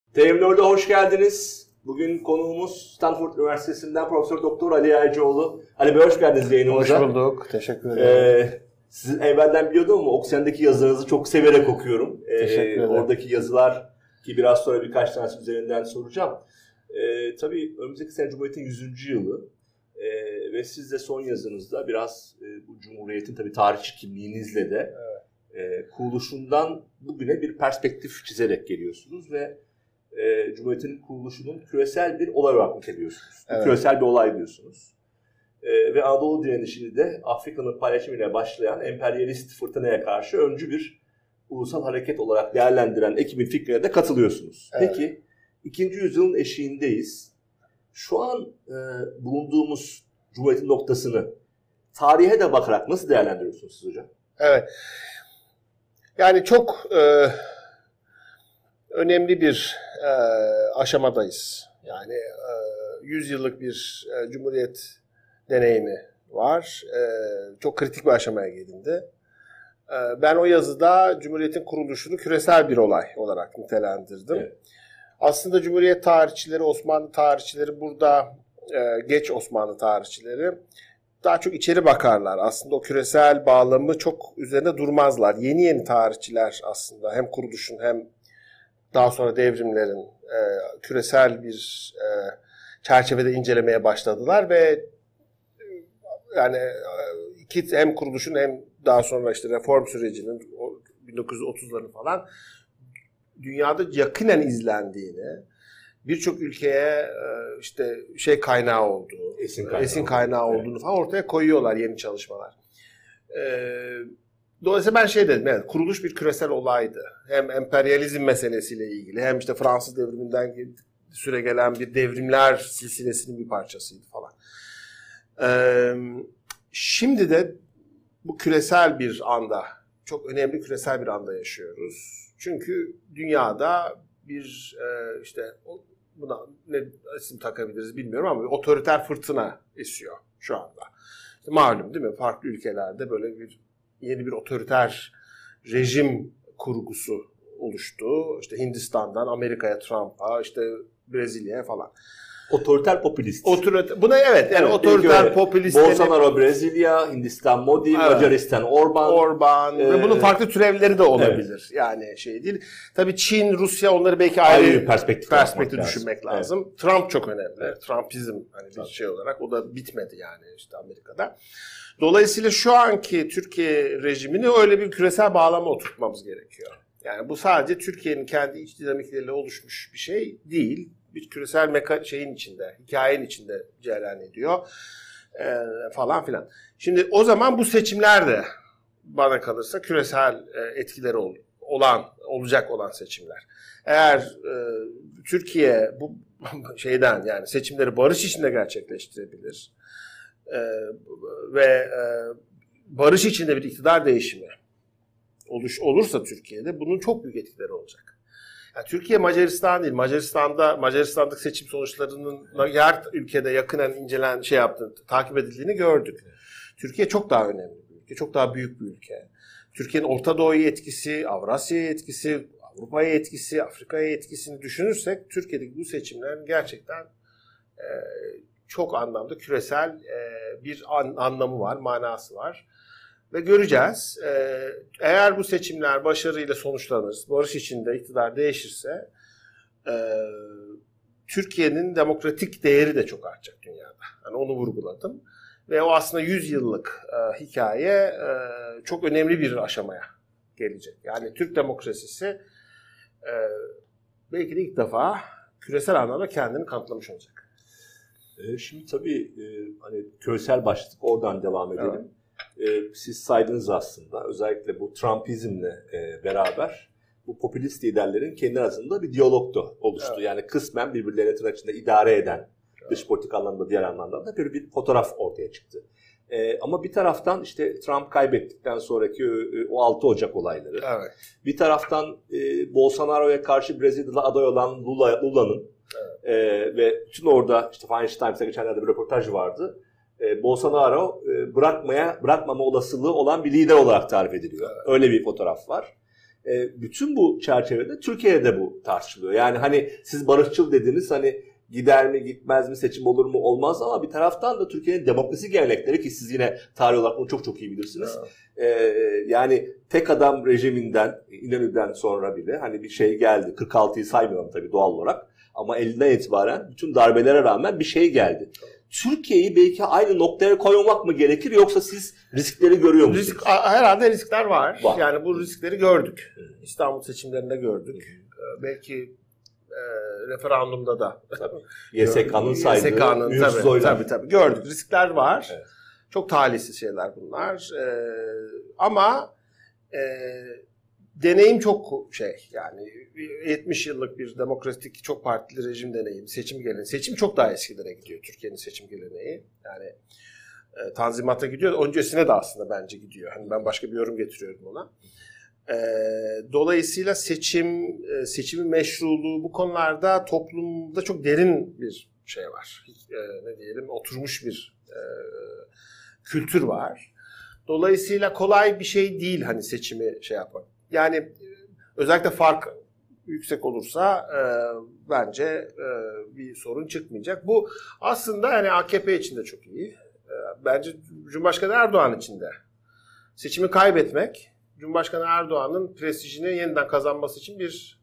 TM4'e hoş geldiniz. Bugün konuğumuz Stanford Üniversitesi'nden Profesör Doktor Ali Yaycıoğlu. Ali Bey hoş geldiniz yayınımıza. Hoş bulduk. Teşekkür ederim. Siz evvelden biliyordum ama Oksijen'deki yazılarınızı çok severek okuyorum. Teşekkür ederim. Oradaki yazılar ki biraz sonra birkaç tanesi üzerinden soracağım. Tabii önümüzdeki sene Cumhuriyet'in 100. yılı ve siz de son yazınızda biraz bu Cumhuriyet'in tabii tarihçi kimliğinizle de kuruluşundan bugüne bir perspektif çizerek geliyorsunuz ve Cumhuriyet'in kuruluşunun küresel bir olay olarak niteliyorsunuz. Evet. Küresel bir olay diyorsunuz. Ve Anadolu direnişini de Afrika'nın paylaşımıyla başlayan emperyalist fırtınaya karşı öncü bir ulusal hareket olarak değerlendiren ekibin fikrine de katılıyorsunuz. Evet. Peki, 2. yüzyılın eşiğindeyiz. Şu an bulunduğumuz Cumhuriyet'in noktasını tarihe de bakarak nasıl değerlendiriyorsunuz siz hocam? Evet. Yani çok önemli bir aşamadayız. Yani 100 yıllık bir Cumhuriyet deneyimi var. Çok kritik bir aşamaya gelindi. Ben o yazıda Cumhuriyet'in kuruluşunu küresel bir olay olarak nitelendirdim. Evet. Aslında Cumhuriyet tarihçileri, Osmanlı tarihçileri burada, geç Osmanlı tarihçileri daha çok içeri bakarlar. Aslında o küresel bağlamı çok üzerinde durmazlar. Yeni tarihçiler aslında hem kuruluşun hem daha sonra devrimlerin küresel bir çerçevede incelemeye başladılar ve yani hem kuruluşun hem daha sonra işte reform sürecinin 1930'ların falan dünyada yakinen izlendiğini, birçok ülkeye işte kaynağı olduğu, esin kaynağı olduğunu falan ortaya koyuyorlar yeni çalışmalar. Dolayısıyla ben dedim, yani kuruluş bir küresel olaydı. Hem emperyalizm meselesiyle ilgili, hem işte Fransız devriminden süre gelen bir devrimler silsilesinin bir parçasıydı falan. Şimdi de bu küresel bir anda, çok önemli küresel bir anda yaşıyoruz. Çünkü dünyada bir buna ne isim takabiliriz bilmiyorum ama bir otoriter fırtına esiyor şu anda. İşte malum değil mi? Farklı ülkelerde böyle yeni bir otoriter rejim kurgusu oluştu. İşte Hindistan'dan Amerika'ya, Trump'a, işte Brezilya'ya falan. Otoriter popülist. Buna yani otoriter popülist. Bolsonaro Brezilya, Hindistan Modi, evet. Macaristan Orban. Ve bunun farklı türevleri de olabilir. Evet. Yani değil. Tabii Çin, Rusya onları belki ayrı perspektif düşünmek lazım. Evet. Trump çok önemli. Evet. Trumpizm bir olarak o da bitmedi yani işte Amerika'da. Dolayısıyla şu anki Türkiye rejimini öyle bir küresel bağlama oturtmamız gerekiyor. Yani bu sadece Türkiye'nin kendi iç dinamikleriyle oluşmuş bir şey değil. Bir küresel hikayenin içinde cereyan ediyor falan filan. Şimdi o zaman bu seçimler de bana kalırsa küresel etkileri olacak olan seçimler. Eğer Türkiye bu yani seçimleri barış içinde gerçekleştirebilir ve barış içinde bir iktidar değişimi olursa Türkiye'de bunun çok büyük etkileri olacak. Yani Türkiye Macaristan değil. Macaristan'daki seçim sonuçlarının her ülkede yakinen takip edildiğini gördük. Türkiye çok daha önemli bir ülke. Çok daha büyük bir ülke. Türkiye'nin Orta Doğu'ya etkisi, Avrasya'ya etkisi, Avrupa'ya etkisi, Afrika'ya etkisini düşünürsek Türkiye'deki bu seçimlerin gerçekten çok anlamda küresel bir anlamı var, manası var. Ve göreceğiz. Eğer bu seçimler başarıyla sonuçlanır, barış içinde iktidar değişirse Türkiye'nin demokratik değeri de çok artacak dünyada. Yani onu vurguladım. Ve o aslında 100 yıllık hikaye çok önemli bir aşamaya gelecek. Yani Türk demokrasisi belki de ilk defa küresel anlamda kendini kanıtlamış olacak. Şimdi tabii küresel başlık oradan devam edelim. Evet. Siz saydınız aslında özellikle bu Trumpizmle beraber bu popülist liderlerin kendi arasında bir diyalog da oluştu. Evet. Yani kısmen birbirlerine tırnak içinde idare eden dış politik anlamda diğer anlamda da bir fotoğraf ortaya çıktı. Ama bir taraftan işte Trump kaybettikten sonraki o 6 Ocak olayları. Evet. Bir taraftan Bolsonaro'ya karşı Brezilya'da aday olan Lula'nın ve bütün orada işte Financial Times'ta geçenlerde bir röportaj vardı. Bolsonaro bırakmama olasılığı olan bir lider olarak tarif ediliyor. Evet. Öyle bir fotoğraf var. Bütün bu çerçevede Türkiye'de bu tartışılıyor. Yani hani siz barışçıl dediniz, hani gider mi gitmez mi, seçim olur mu olmaz, ama bir taraftan da Türkiye'nin demokrasi gelenekleri, ki siz yine tarih olarak bunu çok çok iyi bilirsiniz. Yani tek adam rejiminden, İnönü'den sonra bile hani bir şey geldi. 46'yı saymıyorum tabii doğal olarak, ama elinden itibaren bütün darbelere rağmen bir şey geldi. Türkiye'yi belki aynı noktaya koymak mı gerekir, yoksa siz riskleri görüyor musunuz? Herhalde riskler var. Yani bu riskleri gördük. İstanbul seçimlerinde gördük. Belki referandumda da. YSK'nın saydığı mühürsüz oylar. Tabii gördük. Riskler var. Evet. Çok talihsiz şeyler bunlar. Ama deneyim çok yani 70 yıllık bir demokratik çok partili rejim deneyimi, seçim geleneği. Seçim çok daha eskilere gidiyor, Türkiye'nin seçim geleneği. Yani Tanzimat'a gidiyor. Öncesine de aslında bence gidiyor. Hani ben başka bir yorum getiriyorum ona. Dolayısıyla seçimin meşruluğu bu konularda toplumda çok derin bir şey var. Ne diyelim, oturmuş bir kültür var. Dolayısıyla kolay bir şey değil hani seçimi şey yapmak. Yani özellikle fark yüksek olursa bence bir sorun çıkmayacak. Bu aslında yani AKP için de çok iyi. Bence Cumhurbaşkanı Erdoğan için de. Seçimi kaybetmek, Cumhurbaşkanı Erdoğan'ın prestijini yeniden kazanması için bir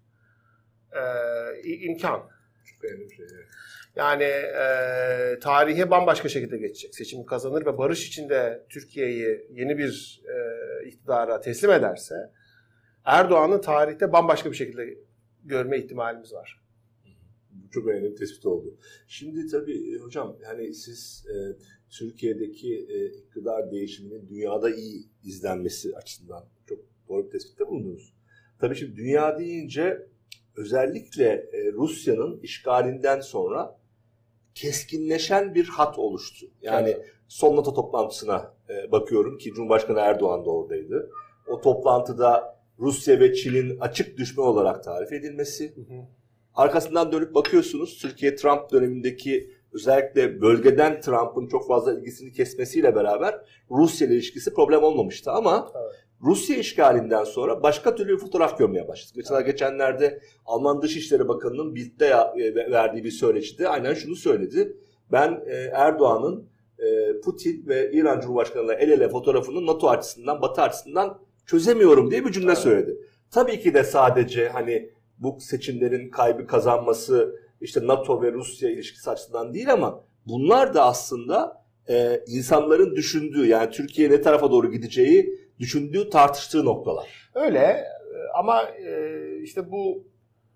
imkan. Çok önemli bir şey. Yani tarihe bambaşka şekilde geçecek. Seçimi kazanır ve barış içinde Türkiye'yi yeni bir iktidara teslim ederse Erdoğan'ın tarihte bambaşka bir şekilde görme ihtimalimiz var. Bu çok önemli bir tespit oldu. Şimdi tabii hocam, yani siz Türkiye'deki iktidar değişiminin dünyada iyi izlenmesi açısından çok doğru bir tespitte bulundunuz. Tabii şimdi dünya deyince özellikle Rusya'nın işgalinden sonra keskinleşen bir hat oluştu. Yani son NATO toplantısına bakıyorum ki Cumhurbaşkanı Erdoğan da oradaydı. O toplantıda Rusya ve Çin'in açık düşman olarak tarif edilmesi. Arkasından dönüp bakıyorsunuz, Türkiye Trump dönemindeki özellikle bölgeden Trump'ın çok fazla ilgisini kesmesiyle beraber Rusya ile ilişkisi problem olmamıştı, ama Rusya işgalinden sonra başka türlü bir fotoğraf görmeye başladık. Mesela geçenlerde Alman Dışişleri Bakanı'nın Bild'de verdiği bir söyleşide aynen şunu söyledi. Ben Erdoğan'ın Putin ve İran Cumhurbaşkanı'yla el ele fotoğrafını NATO açısından, Batı açısından çözemiyorum diye bir cümle söyledi. Tabii ki de sadece hani bu seçimlerin kaybı kazanması işte NATO ve Rusya ilişkisi açısından değil, ama bunlar da aslında insanların düşündüğü, yani Türkiye ne tarafa doğru gideceği düşündüğü, tartıştığı noktalar. Öyle ama işte bu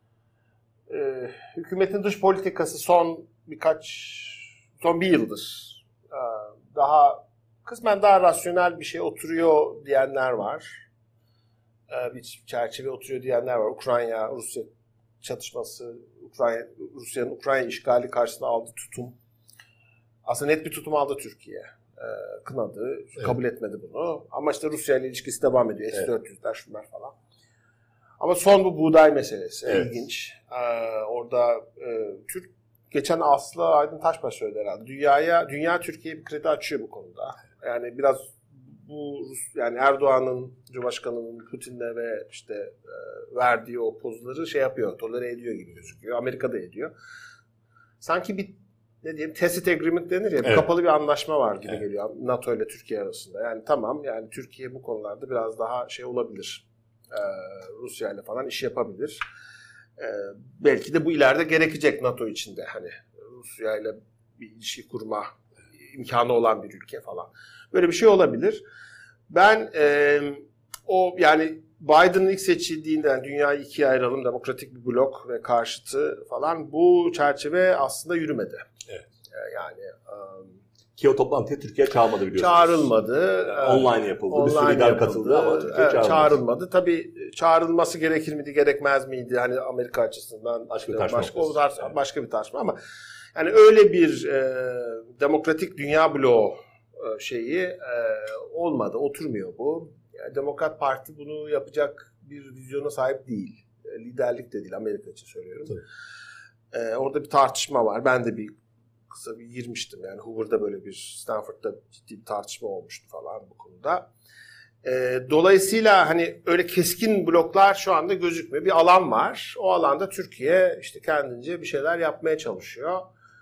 hükümetin dış politikası son bir yıldır kısmen daha rasyonel bir şey oturuyor diyenler var. Bir çerçeve oturuyor diyenler var. Ukrayna-Rusya çatışması, Rusya'nın Ukrayna işgali karşısında aldığı tutum. Aslında net bir tutum aldı Türkiye. Kınadı, kabul etmedi bunu. Ama işte Rusya ile ilişkisi devam ediyor. S-400'ler, şunlar falan. Ama son bu buğday meselesi. İlginç. Orada geçen Aslı Aydın Taşbaş söyledi herhalde. Dünya Türkiye'ye bir kredi açıyor bu konuda. Yani biraz yani Erdoğan'ın, Cumhurbaşkanı'nın Putin'le ve işte verdiği o pozları şey yapıyor, tolere ediyor gibi gözüküyor. Amerika da ediyor. Sanki bir tacit agreement denir ya, kapalı bir anlaşma var gibi geliyor NATO ile Türkiye arasında. Yani tamam, yani Türkiye bu konularda biraz daha şey olabilir. Rusya ile falan iş yapabilir. Belki de bu ileride gerekecek NATO içinde. Hani Rusya ile bir ilişki kurma imkanı olan bir ülke falan. Böyle bir şey olabilir. Ben yani Biden'ın ilk seçildiğinden dünyayı ikiye ayıralım, demokratik bir blok ve karşıtı falan, bu çerçeve aslında yürümedi. Evet. Yani ki o toplantıya Türkiye çağırmadı biliyorsunuz. Çağrılmadı. Online yapıldı. Bir sürü lider katıldı ama Türkiye çağrılmadı. Tabii çağrılması gerekir miydi, gerekmez miydi? Hani Amerika açısından başka bir tartışma ama yani öyle bir demokratik dünya bloğu olmadı, oturmuyor bu. Yani Demokrat Parti bunu yapacak bir vizyona sahip değil. Liderlik de değil, Amerika için söylüyorum. Orada bir tartışma var. Ben de kısa bir girmiştim. Yani Hoover'da böyle Stanford'da ciddi bir tartışma olmuştu falan bu konuda. Dolayısıyla hani öyle keskin bloklar şu anda gözükmüyor. Bir alan var. O alanda Türkiye işte kendince bir şeyler yapmaya çalışıyor.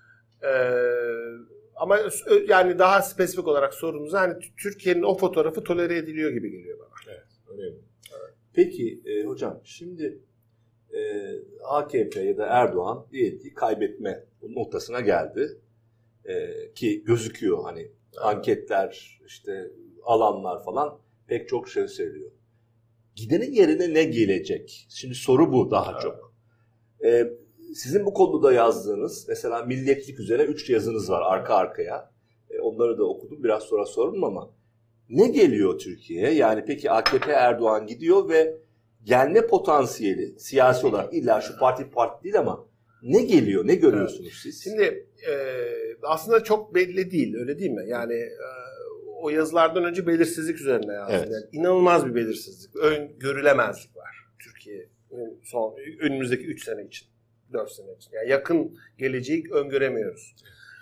Ama yani daha spesifik olarak sorumuza hani Türkiye'nin o fotoğrafı tolere ediliyor gibi geliyor bana. Evet, önemli. Evet. Peki hocam şimdi AKP ya da Erdoğan diyelim ki kaybetme noktasına geldi. Ki gözüküyor hani anketler işte alanlar falan pek çok şey söylüyor. Gidenin yerine ne gelecek? Şimdi soru bu daha çok. Sizin bu konuda yazdığınız mesela milliyetçilik üzerine 3 yazınız var arka arkaya. Onları da okudum biraz sonra sorun ama ne geliyor Türkiye'ye? Yani peki AKP Erdoğan gidiyor ve gelme potansiyeli siyasi olarak illa şu parti değil ama ne geliyor? Ne görüyorsunuz siz? Şimdi aslında çok belli değil öyle değil mi? Yani o yazılardan önce belirsizlik üzerine yazdım. Evet. Yani inanılmaz bir belirsizlik, görülemezlik var Türkiye'nin önümüzdeki 3 sene için, 4 sene için. Yani yakın geleceği öngöremiyoruz.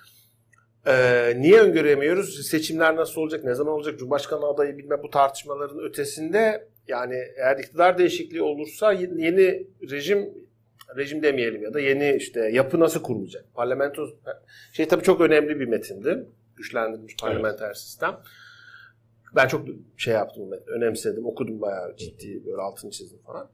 Niye öngöremiyoruz? Seçimler nasıl olacak, ne zaman olacak, Cumhurbaşkanı adayı bilmem bu tartışmaların ötesinde yani eğer iktidar değişikliği olursa yeni rejim demeyelim ya da yeni işte yapı nasıl kurulacak? Parlamento tabii çok önemli bir metindi. Güçlendirilmiş parlamenter sistem. Ben çok yaptım, önemsedim, okudum bayağı ciddi, böyle altını çizdim falan.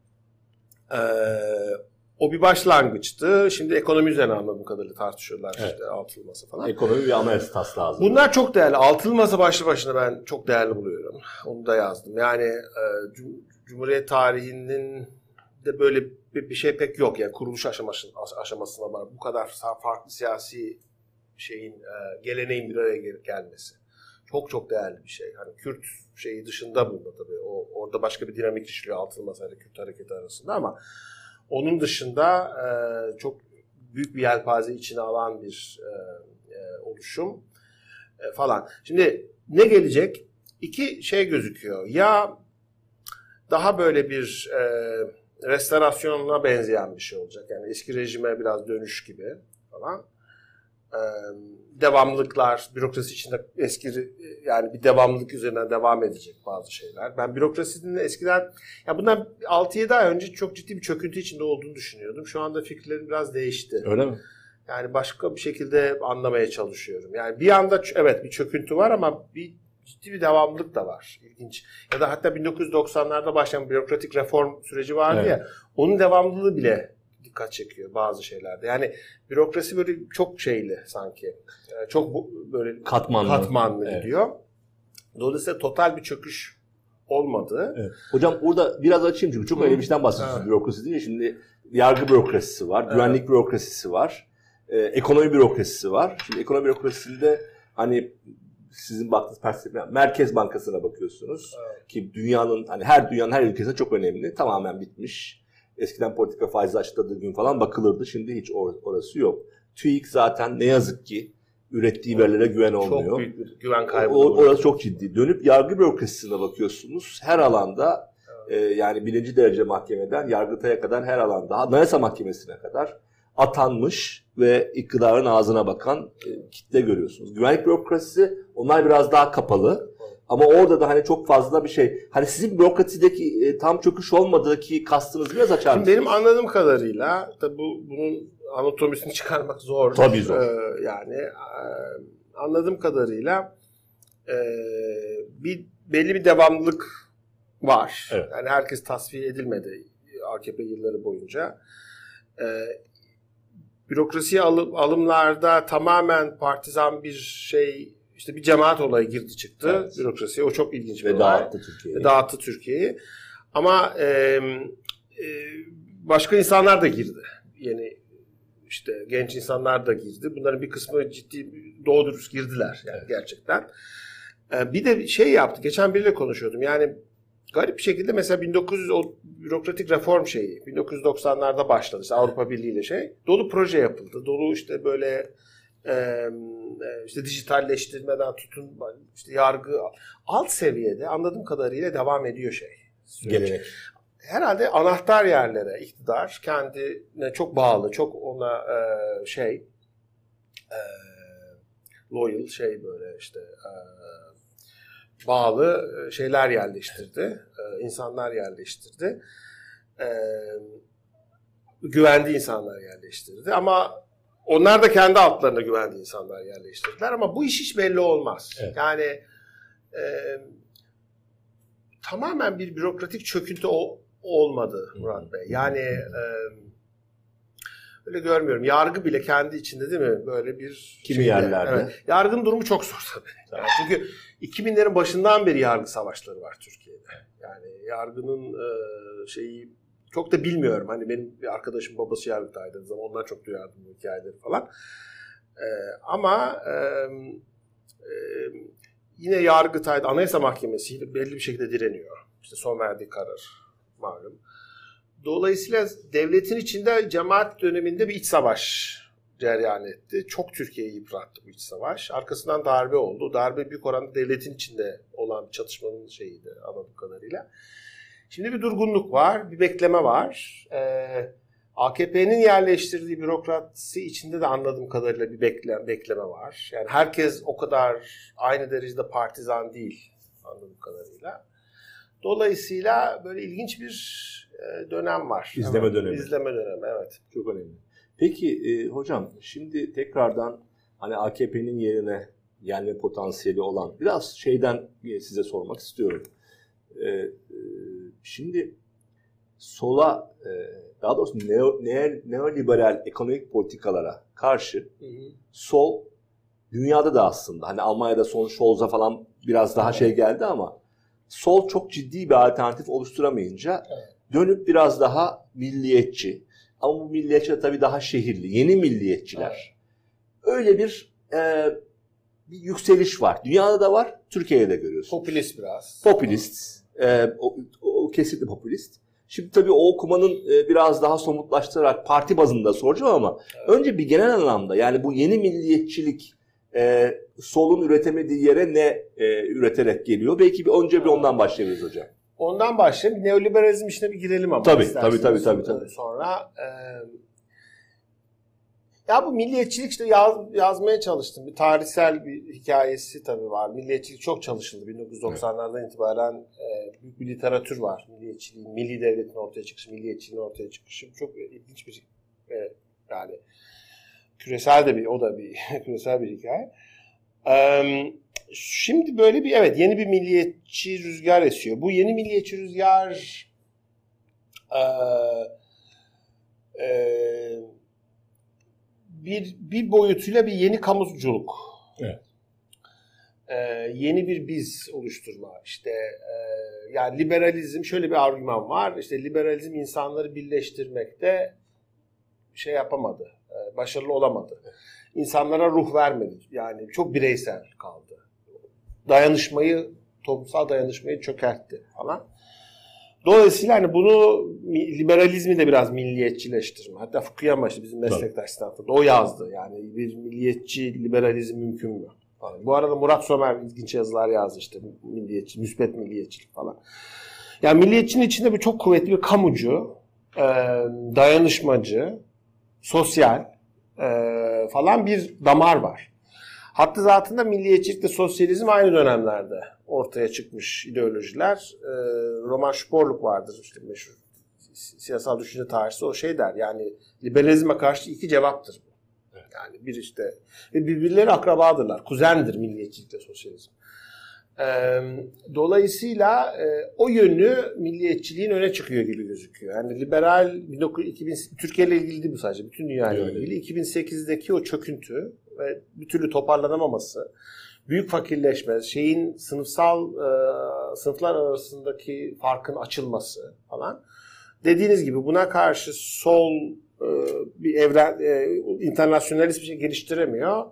O bir başlangıçtı. Şimdi ekonomi üzerine anladığım kadarıyla tartışıyorlar işte altılı masa falan. Ekonomi bir anayasa taslağı. Bunlar çok değerli. Altılı masa başlı başına ben çok değerli buluyorum. Onu da yazdım. Yani Cumhuriyet tarihinin de böyle bir şey pek yok. Yani kuruluş aşamasına var. Bu kadar farklı siyasi geleneğin bir araya gelmesi. Çok çok değerli bir şey. Hani Kürt dışında bunda tabii. Orada başka bir dinamik işliyor altılı masayla Kürt hareketi arasında ama onun dışında çok büyük bir yelpaze içine alan bir oluşum falan. Şimdi ne gelecek? İki gözüküyor. Ya daha böyle bir restorasyona benzeyen bir şey olacak. Yani eski rejime biraz dönüş gibi falan. Devamlılıklar, bürokrasi içinde yani bir devamlılık üzerinden devam edecek bazı şeyler. Ben bürokrasinin eskiden, ya bundan 6-7 ay önce çok ciddi bir çöküntü içinde olduğunu düşünüyordum. Şu anda fikirlerim biraz değişti. Öyle mi? Yani başka bir şekilde anlamaya çalışıyorum. Yani bir anda bir çöküntü var ama ciddi bir devamlılık da var. İlginç. Ya da hatta 1990'larda başlayan bürokratik reform süreci vardı ya, onun devamlılığı bile dikkat çekiyor bazı şeylerde. Yani bürokrasi böyle çok sanki. Çok böyle katmanlı gidiyor. Dolayısıyla total bir çöküş olmadı. Evet. Hocam orada biraz açayım çünkü çok önemli bir şeyden bahsediyorsunuz bürokrasi değil mi? Şimdi yargı bürokrasisi var, güvenlik bürokrasisi var, ekonomi bürokrasisi var. Şimdi ekonomi bürokrasisinde hani sizin baktığınız perspektif, Merkez Bankası'na bakıyorsunuz ki dünyanın her ülkesinde çok önemli. Tamamen bitmiş. Eskiden politika faizi açıkladığı gün falan bakılırdı. Şimdi hiç orası yok. TÜİK zaten ne yazık ki ürettiği verilere güven olmuyor. Çok büyük bir güven kaybı. Orası çok ciddi. Dönüp yargı bürokrasisine bakıyorsunuz. Her alanda yani 1. derece mahkemeden Yargıtay'a kadar her alanda, Anayasa Mahkemesi'ne kadar atanmış ve iktidarın ağzına bakan kitle görüyorsunuz. Güvenlik bürokrasisi onlar biraz daha kapalı. Ama orada da hani çok fazla bir şey. Hani sizin bürokrasideki tam çöküş olmadığı ki kastınızı biraz açar mısınız? Benim anladığım kadarıyla tabii bunun anatomisini çıkarmak zor. Tabii zor. Anladığım kadarıyla belli bir devamlılık var. Evet. Yani herkes tasfiye edilmedi AKP yılları boyunca. Bürokrasiye alımlarda tamamen partizan bir işte bir cemaat olayı girdi çıktı. Evet. Bürokrasiye. O çok ilginç bir olay. Dağıttı Türkiye'yi. Ama başka insanlar da girdi. Yeni işte genç insanlar da girdi. Bunların bir kısmı ciddi doğru dürüst girdiler yani gerçekten. Bir de yaptı. Geçen biriyle konuşuyordum. Yani garip bir şekilde mesela o bürokratik reform 1990'larda başladı. İşte Avrupa Birliği ile dolu proje yapıldı. Dolu işte böyle işte dijitalleştirmeden tutun işte yargı alt seviyede anladığım kadarıyla devam ediyor Gelenek. Herhalde anahtar yerlere iktidar kendine çok bağlı, çok ona loyal böyle işte bağlı şeyler yerleştirdi. İnsanlar yerleştirdi. Güvendiği insanlar yerleştirdi. Ama onlar da kendi altlarına güvendiği insanlar yerleştirdiler. Ama bu iş hiç belli olmaz. Evet. Yani tamamen bir bürokratik çöküntü olmadı Murat Bey. Yani öyle görmüyorum. Yargı bile kendi içinde değil mi? Böyle bir kimi yerlerde. Evet. Yargının durumu çok zor tabii. Yani çünkü 2000'lerin başından beri yargı savaşları var Türkiye'de. Yani yargının şeyi çok da bilmiyorum. Hani benim bir arkadaşım babası yargıtaydı. Ondan çok duyardım bu hikayeleri falan. Ama yine Yargıtay'da Anayasa Mahkemesi belli bir şekilde direniyor. İşte son verdiği karar malum. Dolayısıyla devletin içinde cemaat döneminde bir iç savaş cereyan etti. Çok Türkiye'yi yıprattı bu iç savaş. Arkasından darbe oldu. Darbe büyük oranda devletin içinde olan bir çatışmanın şeyiydi anladığım kadarıyla. Şimdi bir durgunluk var, bir bekleme var. AKP'nin yerleştirdiği bürokrasi içinde de anladığım kadarıyla bir bekleme var. Yani herkes o kadar aynı derecede partizan değil anladığım kadarıyla. Dolayısıyla böyle ilginç bir dönem var. İzleme dönemi. İzleme dönemi, evet. Çok önemli. Peki hocam şimdi tekrardan hani AKP'nin yerine gelme potansiyeli olan biraz şeyden size sormak istiyorum. Şimdi sola daha doğrusu neoliberal ekonomik politikalara karşı sol dünyada da aslında hani Almanya'da son Scholz'a falan biraz daha şey geldi ama sol çok ciddi bir alternatif oluşturamayınca dönüp biraz daha milliyetçi ama bu milliyetçi tabii daha şehirli yeni milliyetçiler öyle bir yükseliş var. Dünyada da var, Türkiye'de de görüyorsunuz. Popülist biraz. Popülist. O kesinlikle popülist. Şimdi tabii o okumanın biraz daha somutlaştırarak parti bazında soracağım ama önce bir genel anlamda yani bu yeni milliyetçilik solun üretemediği yere ne üreterek geliyor? Belki önce bir ondan başlayabiliriz hocam. Ondan başlayalım. Neoliberalizm işine bir girelim ama. Tabii. Sonra ya bu milliyetçilik işte yazmaya çalıştım. Bir tarihsel bir hikayesi tabii var. Milliyetçilik çok çalışıldı. 1990'lardan itibaren büyük bir literatür var. Milliyetçiliğin, milli devletin ortaya çıkışı, milliyetçiliğin ortaya çıkışı. Çok ilginç bir yani küresel de bir küresel bir hikaye. Şimdi böyle bir yeni bir milliyetçi rüzgar esiyor. Bu yeni milliyetçi rüzgar bir boyutuyla bir yeni kamuculuk. Evet. Yeni bir biz oluşturma. İşte yani liberalizm şöyle bir argüman var. İşte liberalizm insanları birleştirmekte şey yapamadı. Başarılı olamadı. İnsanlara ruh vermedi. Yani çok bireysel kaldı. Toplumsal dayanışmayı çökertti falan. Dolayısıyla hani bunu liberalizmi de biraz milliyetçileştirme. Hatta Fukuyama işte bizim meslektaş Stanford'da o yazdı. Yani bir milliyetçi liberalizm mümkün mü? Falan. Bu arada Murat Somer ilginç yazılar yazdı işte. Milliyetçi, müspet milliyetçilik falan. Yani milliyetçinin içinde bir çok kuvvetli bir kamucu, dayanışmacı, sosyal falan bir damar var. Hatta zatında milliyetçilikle sosyalizm aynı dönemlerde ortaya çıkmış ideolojiler. Roman Sporluk vardır işte meşhur siyasal düşünce tarihçisi o şey der yani liberalizme karşı iki cevaptır bu. Yani bir işte ve birbirleri akrabadırlar. Kuzendir milliyetçilikle sosyalizm. Dolayısıyla o yönü milliyetçiliğin öne çıkıyor gibi gözüküyor. Yani liberal 2000 Türkiye ile ilgili değil bu sadece. Bütün dünya ile ilgili. 2008'deki o çöküntü ve bir türlü toparlanamaması, büyük fakirleşme, sınıflar arasındaki farkın açılması falan. Dediğiniz gibi buna karşı sol bir internasyonalist bir şey geliştiremiyor.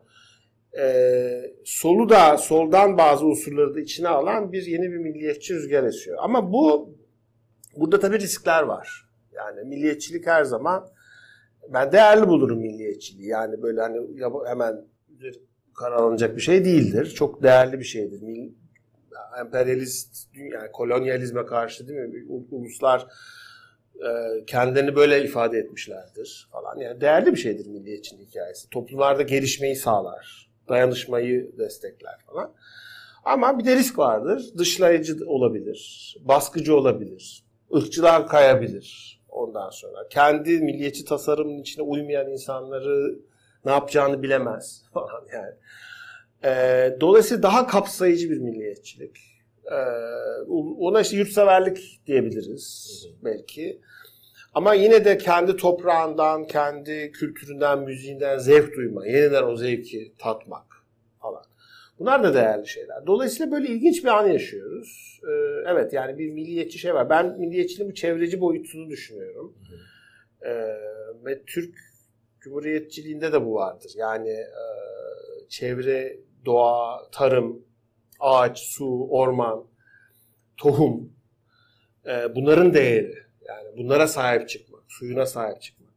Soldan bazı unsurları da içine alan yeni bir milliyetçi rüzgar esiyor. Ama burada tabii riskler var. Yani milliyetçilik her zaman ben değerli bulurum milliyetçiliği. Yani böyle hani hemen karar alınacak bir şey değildir. Çok değerli bir şeydir. Emperyalist, yani kolonyalizme karşı değil mi? Uluslar kendilerini böyle ifade etmişlerdir falan. Yani değerli bir şeydir milliyetçilik hikayesi. Toplumlarda gelişmeyi sağlar. Dayanışmayı destekler falan. Ama bir de risk vardır. Dışlayıcı olabilir, baskıcı olabilir, ırkçılığa kayabilir ondan sonra. Kendi milliyetçi tasarımın içine uymayan insanları ne yapacağını bilemez falan yani. Dolayısıyla daha kapsayıcı bir milliyetçilik. Ona işte yurtseverlik diyebiliriz belki. Ama yine de kendi toprağından, kendi kültüründen, müziğinden zevk duyma, yeniden o zevki tatmak falan. Bunlar da değerli şeyler. Dolayısıyla böyle ilginç bir an yaşıyoruz. Evet, yani bir milliyetçi şey var. Ben milliyetçiliğin bu çevreci boyutunu düşünüyorum. Ve Türk Cumhuriyetçiliğinde de bu vardır. Yani çevre, doğa, tarım, ağaç, su, orman, tohum, bunların değeri. Yani bunlara sahip çıkmak, suyuna sahip çıkmak,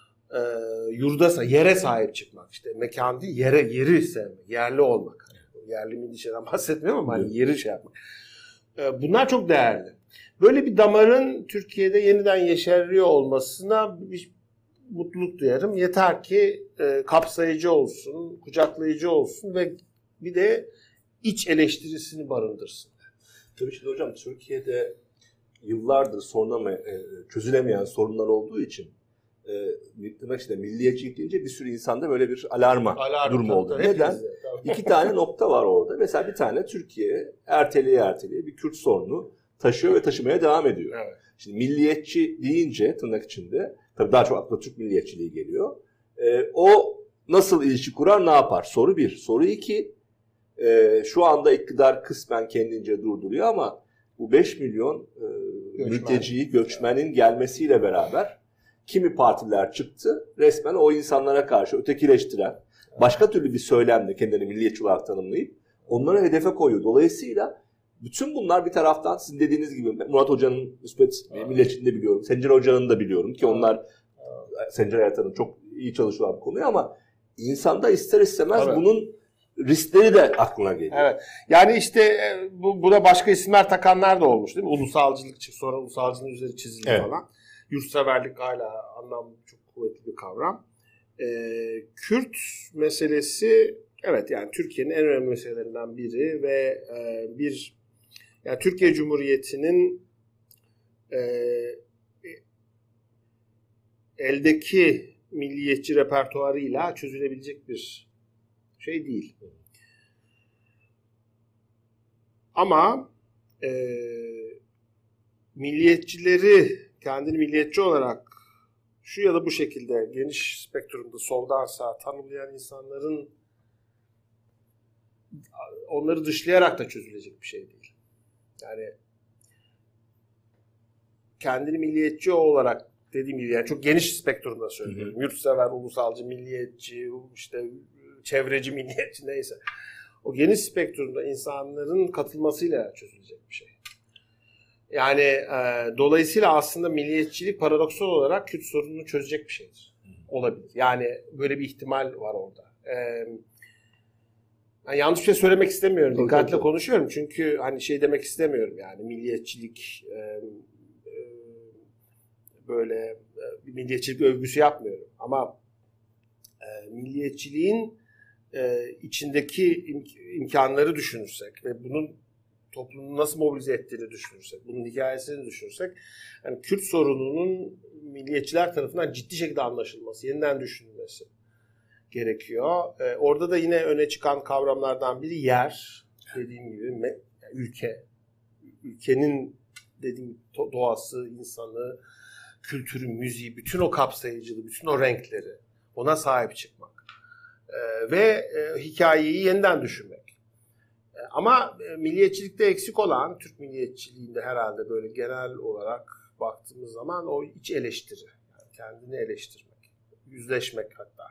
yere sahip çıkmak, işte mekan değil, yeri sevmek, yerli olmak. Yerli milli şeyden bahsetmiyorum ama hani yeri şey yapmak. Bunlar çok değerli. Böyle bir damarın Türkiye'de yeniden yeşeriyor olmasına bir mutluluk duyarım. Yeter ki kapsayıcı olsun, kucaklayıcı olsun ve bir de iç eleştirisini barındırsın. Tabii şimdi hocam Türkiye'de yıllardır çözülemeyen sorunlar olduğu için demek işte milliyetçilik deyince bir sürü insanda böyle bir alarm durumu oldu. Neden? İki tane nokta var orada. Mesela bir tane Türkiye erteleye bir Kürt sorunu taşıyor ve taşımaya devam ediyor. Evet. Şimdi milliyetçi deyince tırnak içinde tabii daha çok akla Türk milliyetçiliği geliyor. O nasıl ilişki kurar, ne yapar? Soru bir. Soru iki. Şu anda iktidar kısmen kendince durduruyor ama bu 5 milyon mülteciyi, göçmenin gelmesiyle beraber kimi partiler çıktı resmen o insanlara karşı ötekileştiren, başka türlü bir söylemle kendilerini milliyetçi olarak tanımlayıp onları hedefe koyuyor. Dolayısıyla bütün bunlar bir taraftan sizin dediğiniz gibi Murat Hoca'nın müspet milliyetçiliğini de biliyorum. Sencer Hoca'nın da biliyorum ki onlar Sencer Ertan'ın çok iyi çalışıyorlar bu konuyu ama insanda ister istemez bunun riskleri de aklına geliyor. Evet. Yani işte buna başka isimler takanlar da olmuş değil mi? Ulusalcılık, sonra ulusalcılığın üzeri çizildi falan. Yurtseverlik hala anlamlı çok kuvvetli bir kavram. Kürt meselesi evet yani Türkiye'nin en önemli meselelerinden biri ve yani Türkiye Cumhuriyeti'nin eldeki milliyetçi repertuarıyla çözülebilecek bir şey değil. Ama milliyetçileri kendini milliyetçi olarak şu ya da bu şekilde geniş spektrumda soldan sağa tanımlayan insanların onları dışlayarak da çözülecek bir şey değil. Yani kendini milliyetçi olarak dediğim gibi yani çok geniş spektrumda söylüyorum. Yurtsever, ulusalcı, milliyetçi, işte çevreci, milliyetçi neyse. O geniş spektrumda insanların katılmasıyla çözülecek bir şey. Yani dolayısıyla aslında milliyetçilik paradoksal olarak Kürt sorununu çözecek bir şeydir. Olabilir. Yani böyle bir ihtimal var orada. Yani yanlış bir şey söylemek istemiyorum. Dikkatle konuşuyorum. Çünkü hani şey demek istemiyorum yani milliyetçilik böyle bir milliyetçilik övgüsü yapmıyorum. Ama milliyetçiliğin içindeki imkanları düşünürsek ve bunun toplumu nasıl mobilize ettiğini düşünürsek, bunun hikayesini düşünürsek, yani Kürt sorununun milliyetçiler tarafından ciddi şekilde anlaşılması, yeniden düşünülmesi gerekiyor. Orada da yine öne çıkan kavramlardan biri yer, dediğim gibi ülke. Ülkenin dediğim doğası, insanı, kültürü, müziği, bütün o kapsayıcılığı, bütün o renkleri, ona sahip çıkmak. Ve hikayeyi yeniden düşünmek. Ama milliyetçilikte eksik olan, Türk milliyetçiliğinde herhalde böyle genel olarak baktığımız zaman o iç eleştiri. Yani kendini eleştirmek, yüzleşmek hatta.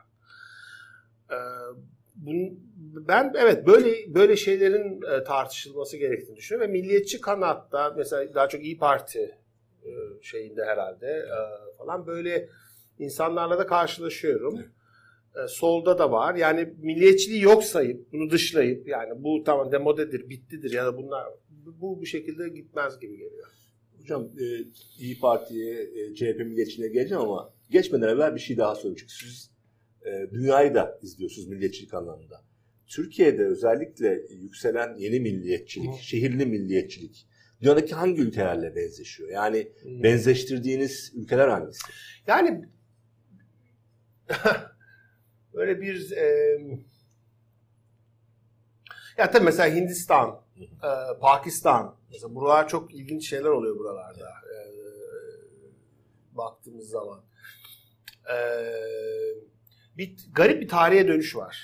Ben evet böyle şeylerin tartışılması gerektiğini düşünüyorum. Ve milliyetçi kanatta mesela daha çok İYİ Parti şeyinde herhalde falan böyle insanlarla da karşılaşıyorum. Solda da var. Yani milliyetçiliği yok sayıp, bunu dışlayıp yani bu tamam demodedir, bittidir ya da bunlar bu şekilde gitmez gibi geliyor. Hocam İYİ Parti'ye, CHP milliyetçiliğine geleceğim ama geçmeden evvel bir şey daha söyleyeceğim. Siz dünyayı da izliyorsunuz milliyetçilik anlamında. Türkiye'de özellikle yükselen yeni milliyetçilik, şehirli milliyetçilik dünyadaki hangi ülkelerle benzeşiyor? Yani benzeştirdiğiniz ülkeler hangisi? Yani böyle bir ya tabii mesela Hindistan, Pakistan, mesela buralar çok ilginç şeyler oluyor buralarda. Baktığımız zaman. Bir garip bir tarihe dönüş var.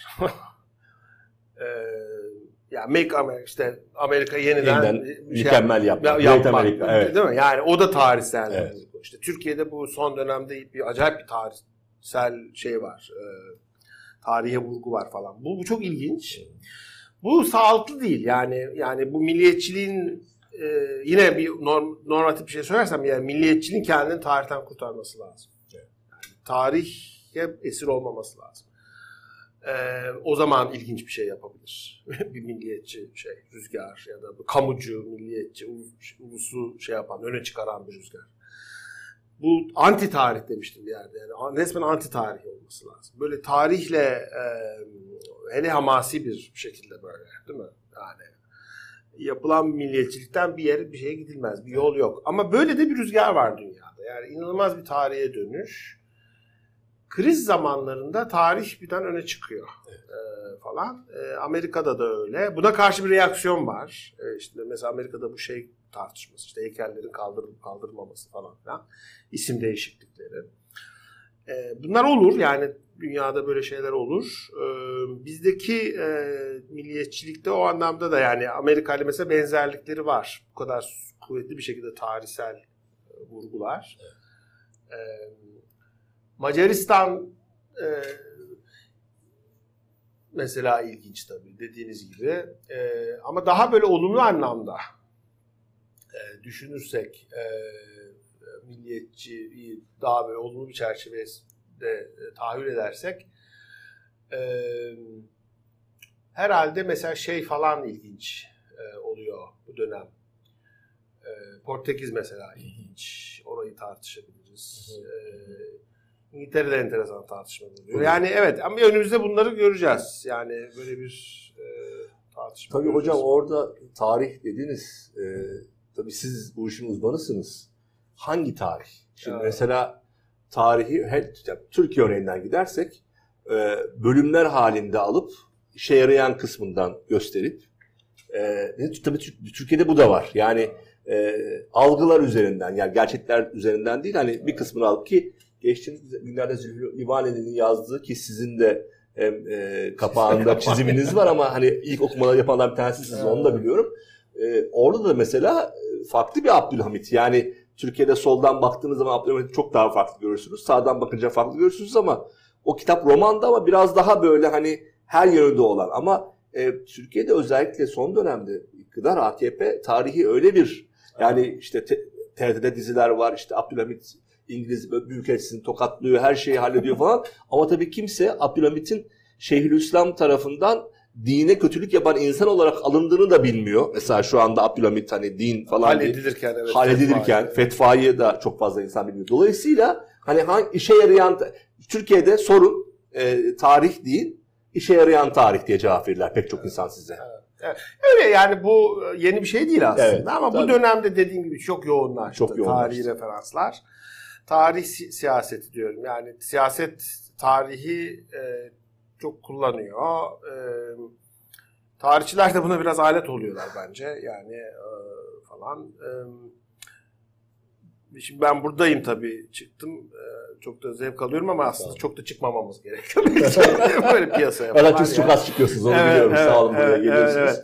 Yani Make America, işte Amerika yeniden mükemmel yapmak. Evet. Değil mi? Yani o da tarihsel. Evet. İşte Türkiye'de bu son dönemde bir acayip bir tarihsel şey var. Tarihe vurgu var falan. Bu çok ilginç. Bu sağlıklı değil. Yani bu milliyetçiliğin yine bir normatif bir şey söylersem, yani milliyetçiliğin kendini tarihten kurtarması lazım. Yani tarihe esir olmaması lazım. O zaman ilginç bir şey yapabilir. Bir milliyetçi rüzgar ya da kamucu, milliyetçi, ulusu öne çıkaran bir rüzgar. Bu anti tarih demiştim bir yerde. Yani resmen anti tarih olması lazım. Böyle tarihle hele hamasi bir şekilde böyle, değil mi? Yani yapılan milliyetçilikten bir şeye gidilmez. Bir yol yok. Ama böyle de bir rüzgar var dünyada. Yani inanılmaz bir tarihe dönüş. Kriz zamanlarında tarih birden öne çıkıyor falan. Amerika'da da öyle. Buna karşı bir reaksiyon var. İşte mesela Amerika'da bu tartışması, işte heykellerin kaldırılıp kaldırılmaması falan filan. İsim değişiklikleri. Bunlar olur. Yani dünyada böyle şeyler olur. Bizdeki milliyetçilikte o anlamda da yani Amerika ile mesela benzerlikleri var. Bu kadar kuvvetli bir şekilde tarihsel vurgular. Macaristan mesela ilginç tabii dediğiniz gibi. Ama daha böyle olumlu anlamda düşünürsek milliyetçi daha böyle olumlu bir çerçevede tahayyül edersek herhalde mesela falan ilginç oluyor bu dönem. Portekiz mesela ilginç. Orayı tartışabiliriz. İngiltere'de enteresan tartışmalar oluyor. Yani evet, ama önümüzde bunları göreceğiz. Yani böyle bir tartışma. Tabii hocam, orada tarih dediniz. Tabii siz bu işin uzmanısınız. Hangi tarih? Şimdi mesela tarihi Türkiye örneğinden gidersek bölümler halinde alıp işe yarayan kısmından gösterip tabii Türkiye'de bu da var. Yani algılar üzerinden, yani gerçekler üzerinden değil, hani bir kısmını alıp, ki geçtiğimiz günlerde Zülfü Livaneli'nin yazdığı, ki sizin de kapağında çiziminiz var ama hani ilk okumaları yapanlar bir tanesi siz, onu da biliyorum. Orada da mesela farklı bir Abdülhamit. Yani Türkiye'de soldan baktığınız zaman Abdülhamit'i çok daha farklı görürsünüz. Sağdan bakınca farklı görürsünüz ama o kitap romanda, ama biraz daha böyle hani her yönde olan. Ama Türkiye'de özellikle son dönemde iktidar AKP tarihi öyle bir, yani işte TRT'de diziler var, işte Abdülhamit İngiliz büyükelçisini tokatlıyor, her şeyi hallediyor falan. Ama tabii kimse Abdülhamit'in Şeyhülislam tarafından dine kötülük yapan insan olarak alındığını da bilmiyor. Mesela şu anda Abdülhamit hani din falan halledilirken fetvayı da çok fazla insan bilmiyor. Dolayısıyla hani işe yarayan, Türkiye'de sorun tarih değil, işe yarayan tarih diye cevap verirler pek çok insan size. Evet. Öyle yani, bu yeni bir şey değil aslında, evet, ama tabii. Bu dönemde dediğim gibi çok yoğunlaştı. Tarihi referanslar. Tarih siyaseti diyorum. Yani siyaset tarihi çok kullanıyor. Tarihçiler de buna biraz alet oluyorlar bence. Yani falan. Şimdi ben buradayım tabii, çıktım. Çok da zevk alıyorum ama aslında çok da çıkmamamız gerekiyor. Böyle piyasaya falan. Evet, siz çok az çıkıyorsunuz, onu biliyorum. Sağ olun, buraya geliyorsunuz.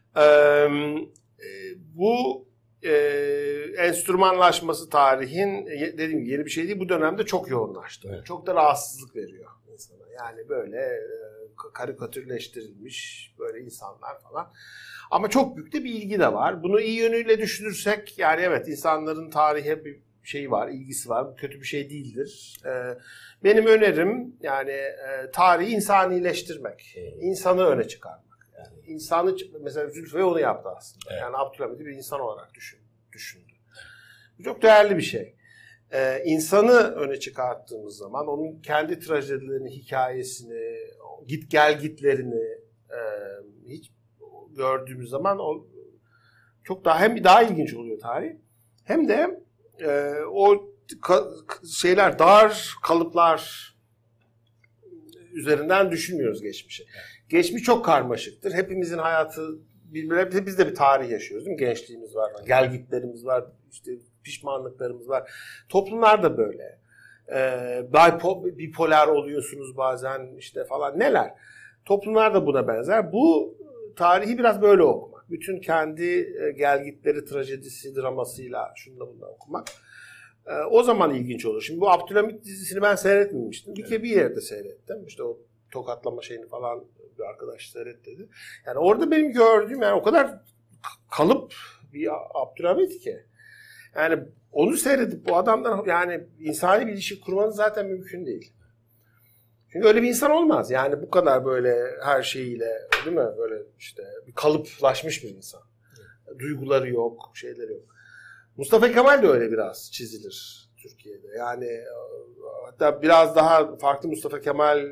Bu enstrümanlaşması tarihin, dediğim gibi yeni bir şey değil. Bu dönemde çok yoğunlaştı. Evet. Çok da rahatsızlık veriyor insana. Yani böyle karikatürleştirilmiş böyle insanlar falan. Ama çok büyük de bir ilgi de var. Bunu iyi yönüyle düşünürsek, yani evet, insanların tarihe bir şeyi var, ilgisi var. Bu kötü bir şey değildir. Benim önerim yani tarihi insanileştirmek. İnsanı öne çıkarmak. Yani insanı, mesela Zülfü onu yaptı aslında. Evet. Yani Abdülhamit'i bir insan olarak düşündü. Bu çok değerli bir şey. İnsanı öne çıkarttığımız zaman onun kendi trajedilerini, hikayesini, gitgelgitlerini hiç gördüğümüz zaman o çok daha hem daha ilginç oluyor tarih, hem de o şeyler, dar kalıplar üzerinden düşünmüyoruz geçmişi. Geçmiş çok karmaşıktır. Hepimizin hayatı biz de bir tarih yaşıyoruz, değil mi? Gençliğimiz var, gelgitlerimiz var, işte pişmanlıklarımız var. Toplumlar da böyle. Bipolar oluyorsunuz bazen işte falan, neler. Toplumlar da buna benzer. Bu tarihi biraz böyle okumak. Bütün kendi gelgitleri, trajedisi, dramasıyla şununla bundan okumak. O zaman ilginç olur. Şimdi bu Abdülhamit dizisini ben seyretmemiştim. Bir yerde seyrettim. İşte o tokatlama şeyini falan bir arkadaş seyret dedi. Yani orada benim gördüğüm, yani o kadar kalıp bir Abdülhamit ki. Yani onu seyredip bu adamdan yani insani bir ilişki kurmanız zaten mümkün değil. Çünkü öyle bir insan olmaz. Yani bu kadar böyle her şeyiyle, değil mi? Böyle işte bir kalıplaşmış bir insan. Duyguları yok, şeyleri yok. Mustafa Kemal de öyle biraz çizilir Türkiye'de. Yani hatta biraz daha farklı Mustafa Kemal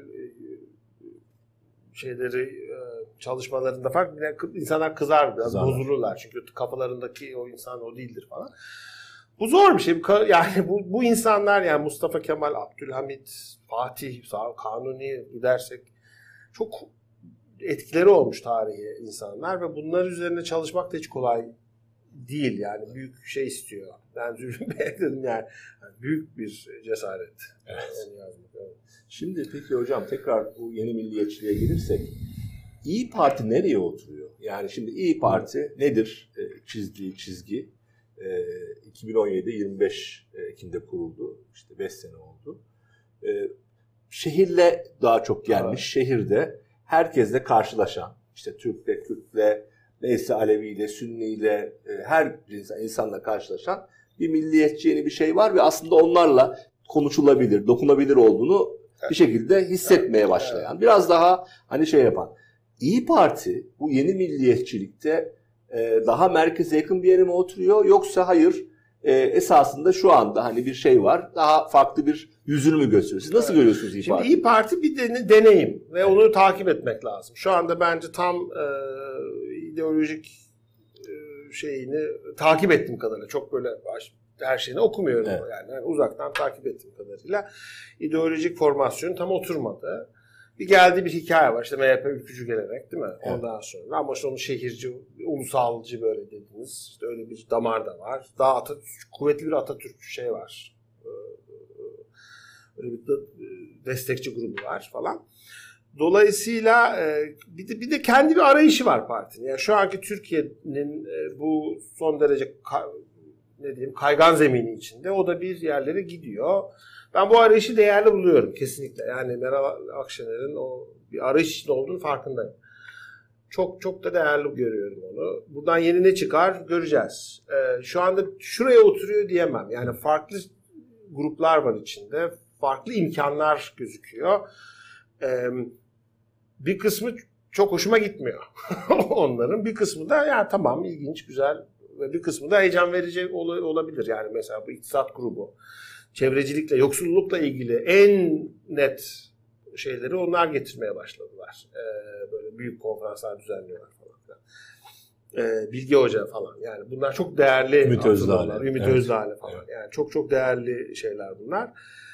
çalışmalarında farklı, insanlar kızar biraz, bozulurlar. Çünkü kafalarındaki o insan o değildir falan. Bu zor bir şey. Yani bu insanlar, yani Mustafa Kemal, Abdülhamit, Fatih, Kanuni gidersek çok etkileri olmuş tarihe insanlar ve bunlar üzerine çalışmak da hiç kolay değil. Yani büyük şey istiyor. Ben Zülfü Bey dedim yani büyük bir cesaret. Evet. Evet. Şimdi peki hocam tekrar bu yeni milliyetçiliğe gelirsek, İYİ Parti nereye oturuyor? Yani şimdi İYİ Parti nedir çizdiği çizgi? 2017'de 25 Ekim'de kuruldu. İşte 5 sene oldu. Şehirle daha çok gelmiş. Evet. Şehirde herkesle karşılaşan, işte Türk'le, Kürt'le, neyse Alevi'yle, Sünni'yle, her insanla karşılaşan bir milliyetçi yeni bir şey var ve aslında onlarla konuşulabilir, dokunabilir olduğunu bir şekilde hissetmeye başlayan, biraz daha hani şey yapan. İYİ Parti bu yeni milliyetçilikte daha merkeze yakın bir yere mi oturuyor, yoksa hayır esasında şu anda hani bir şey var, daha farklı bir yüzünü mü gösteriyor? Siz nasıl görüyorsunuz İYİ Parti? Şimdi İYİ Parti bir deneyim ve onu takip etmek lazım. Şu anda bence tam ideolojik şeyini takip ettiğim kadarıyla, çok böyle her şeyini okumuyorum, evet. Yani uzaktan takip ettiğim kadarıyla ideolojik formasyon tam oturmadı. Bir geldiği bir hikaye var. İşte MHP ülkücü gelenek, değil mi? Evet. Ondan sonra ama işte onun şehirci, ulusalcı böyle dediniz. İşte öyle bir damar da var. Daha kuvvetli bir Atatürk şey var. Öyle bir destekçi grubu var falan. Dolayısıyla bir de kendi bir arayışı var partinin. Yani şu anki Türkiye'nin bu son derece kaygan zemini içinde o da bir yerlere gidiyor. Ben bu arayışı değerli buluyorum kesinlikle. Yani Meral Akşener'in o bir arayış içinde olduğunu farkındayım. Çok çok da değerli görüyorum onu. Buradan yeni ne çıkar göreceğiz. Şu anda şuraya oturuyor diyemem. Yani farklı gruplar var içinde. Farklı imkanlar gözüküyor. Bir kısmı çok hoşuma gitmiyor onların. Bir kısmı da yani tamam, ilginç, güzel ve bir kısmı da heyecan verici olabilir. Yani mesela bu iktisat grubu, çevrecilikle, yoksullukla ilgili en net şeyleri onlar getirmeye başladılar. Böyle büyük konferanslar düzenliyorlar falan. Bilge Hoca falan. Yani bunlar çok değerli. Ümit Özdağ'la. Ümit Özdağ'la falan. Evet. Yani çok çok değerli şeyler bunlar.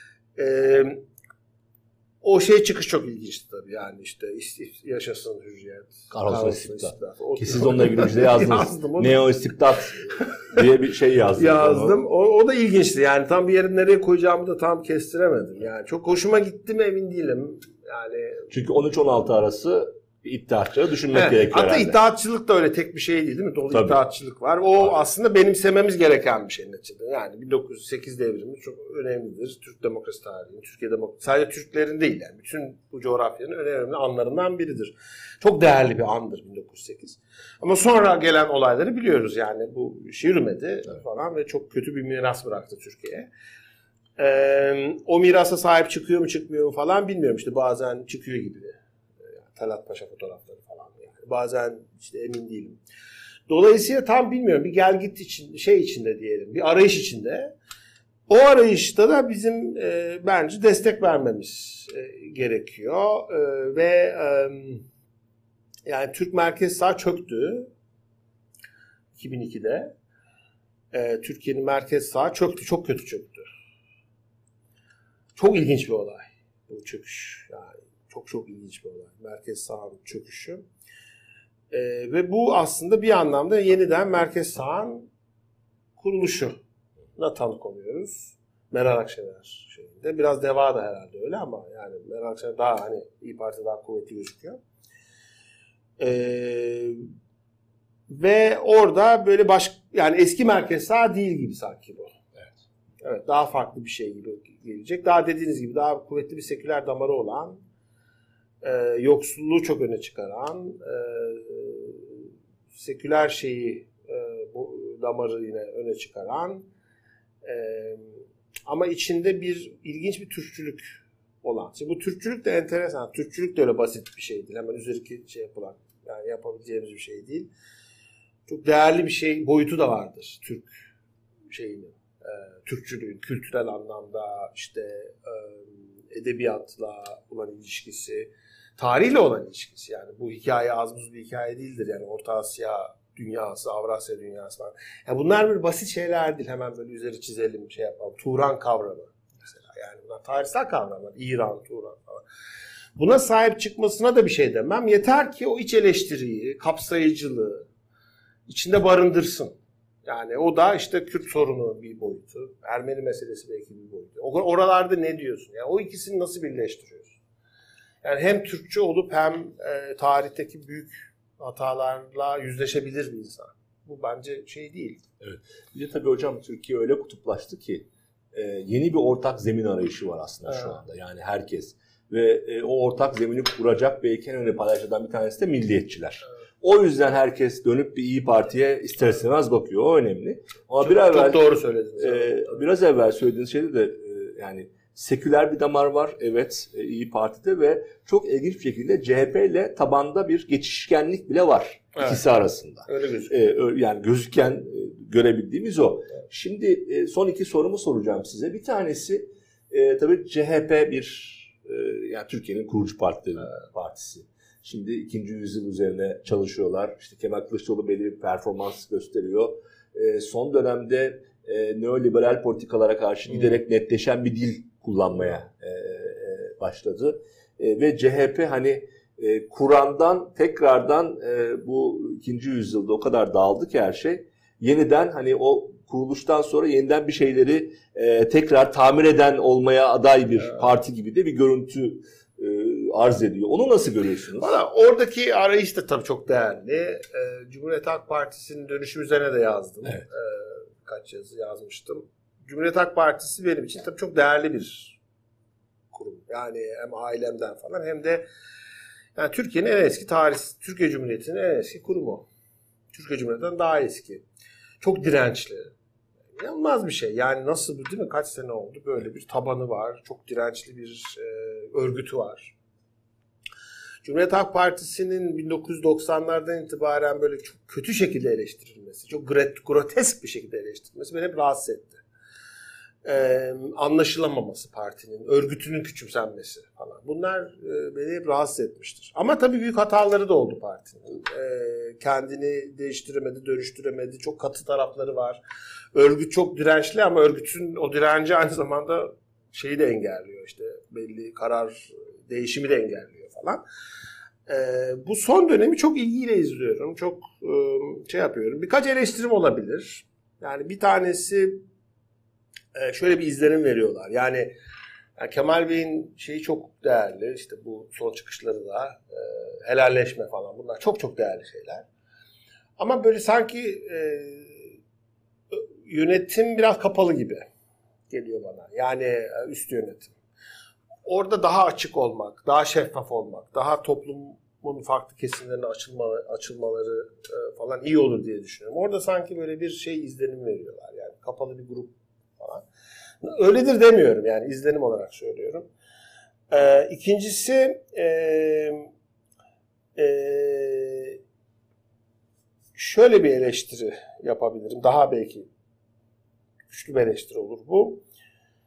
O şey çıkış çok ilginçti tabii. Yani işte yaşasın hürriyet. Kahrolsun istibdat. Ki siz onunla ilgili bir şey yazdınız. Neo istibdat diye bir şey yazdınız. Yazdım. O da ilginçti. Yani tam bir yeri nereye koyacağımı da tam kestiremedim. Yani çok hoşuma gitti mi emin değilim. Yani çünkü 13-16 arası İttihatçıları düşünmek gerekiyor hatta herhalde. İttihatçılık da öyle tek bir şey değil mi? Dolu İttihatçılık var. O aslında benimsememiz gereken bir şey neticede. Yani 1908 devrimi çok önemlidir. Türk demokrasi tarihinin, Türkiye demokrasi, sadece Türklerin değil yani. Bütün bu coğrafyanın önemli anlarından biridir. Çok değerli bir andır 1908. Ama sonra gelen olayları biliyoruz yani. Bu iş yürümedi falan ve çok kötü bir miras bıraktı Türkiye'ye. O mirasa sahip çıkıyor mu çıkmıyor mu falan bilmiyorum. İşte bazen çıkıyor gibi. Talat Paşa fotoğrafları falan yani. Bazen işte emin değilim. Dolayısıyla tam bilmiyorum. Bir gel git için, şey içinde diyelim. Bir arayış içinde. O arayışta da bizim bence destek vermemiz gerekiyor. Ve Yani Türk merkez sağ çöktü 2002'de. Türkiye'nin merkez sağı çöktü. Çok kötü çöktü. Çok ilginç bir olay bu çöküş. Yani çok ilginç bir olay. Merkez sağın çöküşü. Ve bu aslında bir anlamda yeniden merkez sağın kuruluşuna tanık oluyoruz. Meral Akşener şeyinde. Biraz DEVA da herhalde öyle ama yani Meral Akşener daha hani İYİ Parti daha kuvvetli gözüküyor. Ve orada böyle yani eski merkez sağ değil gibi sanki bu. Evet, daha farklı bir şey gibi gelecek. Daha dediğiniz gibi daha kuvvetli bir seküler damarı olan, yoksulluğu çok öne çıkaran, seküler bu damarı yine öne çıkaran, ama içinde ilginç bir Türkçülük olan. Şimdi bu Türkçülük de enteresan. Türkçülük de öyle basit bir şey değil. Hemen üzerindeki yapılan, yani yapabileceğimiz bir şey değil. Çok değerli bir şey, boyutu da vardır Türk şeyinin. Türkçülüğün kültürel anlamda işte edebiyatla olan ilişkisi, tarihle olan ilişkisi. Yani bu hikaye az buz bir hikaye değildir. Yani Orta Asya dünyası, Avrasya dünyası falan. Yani bunlar böyle basit şeyler değil. Hemen böyle üzeri çizelim, yapalım. Turan kavramı mesela. Yani bunlar tarihsel kavramlar. İran, Turan falan. Buna sahip çıkmasına da bir şey demem. Yeter ki o iç eleştiriyi, kapsayıcılığı içinde barındırsın. Yani o da işte Kürt sorunu bir boyutu. Ermeni meselesi belki bir boyutu. Oralarda ne diyorsun? Yani o ikisini nasıl birleştiriyorsun? Yani hem Türkçe olup hem tarihteki büyük hatalarla yüzleşebilir bir insan. Bu bence şey değil. Evet. Bir de tabii hocam Türkiye öyle kutuplaştı ki yeni bir ortak zemin arayışı var aslında şu anda. Yani herkes. Ve o ortak zemini kuracak belki en önemli paylaşılan bir tanesi de milliyetçiler. Evet. O yüzden herkes dönüp bir İYİ Parti'ye ister istemez bakıyor. O önemli. Ama çok doğru söylediniz. Biraz evvel söylediğiniz şeyde de yani seküler bir damar var. Evet, İYİ Parti'de ve çok ilginç bir şekilde CHP ile tabanda bir geçişkenlik bile var ikisi arasında. Öyle gözüküyor. Yani gözüken görebildiğimiz o. Evet. Şimdi son iki sorumu soracağım size. Bir tanesi tabii CHP yani Türkiye'nin kurucu partisi. Şimdi 2. yüzyıl üzerine çalışıyorlar. İşte Kemal Kılıçdaroğlu belli bir performans gösteriyor. Son dönemde neoliberal politikalara karşı giderek netleşen bir dil kullanmaya başladı. Ve CHP hani Kur'an'dan tekrardan bu 2. yüzyılda o kadar dağıldı ki her şey. Yeniden hani o kuruluştan sonra yeniden bir şeyleri tekrar tamir eden olmaya aday bir parti gibi de bir görüntü arz ediyor. Onu nasıl görüyorsunuz? Valla oradaki arayış da tabii çok değerli. Cumhuriyet Halk Partisi'nin dönüşüm üzerine de yazdım. Evet. Kaç yazı yazmıştım. Cumhuriyet Halk Partisi benim için tabii çok değerli bir kurum. Yani hem ailemden falan hem de yani Türkiye'nin en eski Türkiye Cumhuriyeti'nin en eski kurumu. Türkiye Cumhuriyeti'nden daha eski. Çok dirençli. İnanılmaz bir şey. Yani nasıl bu değil mi? Kaç sene oldu? Böyle bir tabanı var. Çok dirençli bir örgütü var. Cumhuriyet Halk Partisi'nin 1990'lardan itibaren böyle çok kötü şekilde eleştirilmesi, çok grotesk bir şekilde eleştirilmesi beni hep rahatsız etti. Anlaşılamaması partinin, örgütünün küçümsenmesi falan. Bunlar beni hep rahatsız etmiştir. Ama tabii büyük hataları da oldu partinin. Kendini değiştiremedi, dönüştüremedi. Çok katı tarafları var. Örgüt çok dirençli ama örgütün o direnci aynı zamanda şeyi de engelliyor. İşte belli karar değişimi de engelliyor falan. Bu son dönemi çok ilgiyle izliyorum. Çok yapıyorum. Birkaç eleştirim olabilir. Yani bir tanesi şöyle bir izlenim veriyorlar. Yani Kemal Bey'in şeyi çok değerli. İşte bu son çıkışları da helalleşme falan. Bunlar çok çok değerli şeyler. Ama böyle sanki yönetim biraz kapalı gibi geliyor bana. Yani üst yönetim. Orada daha açık olmak, daha şeffaf olmak, daha toplumun farklı kesimlerine açılmaları falan iyi olur diye düşünüyorum. Orada sanki böyle bir izlenim veriyorlar. Yani kapalı bir grup falan. Öyledir demiyorum yani izlenim olarak söylüyorum. İkincisi şöyle bir eleştiri yapabilirim. Daha belki güçlü bir eleştiri olur bu.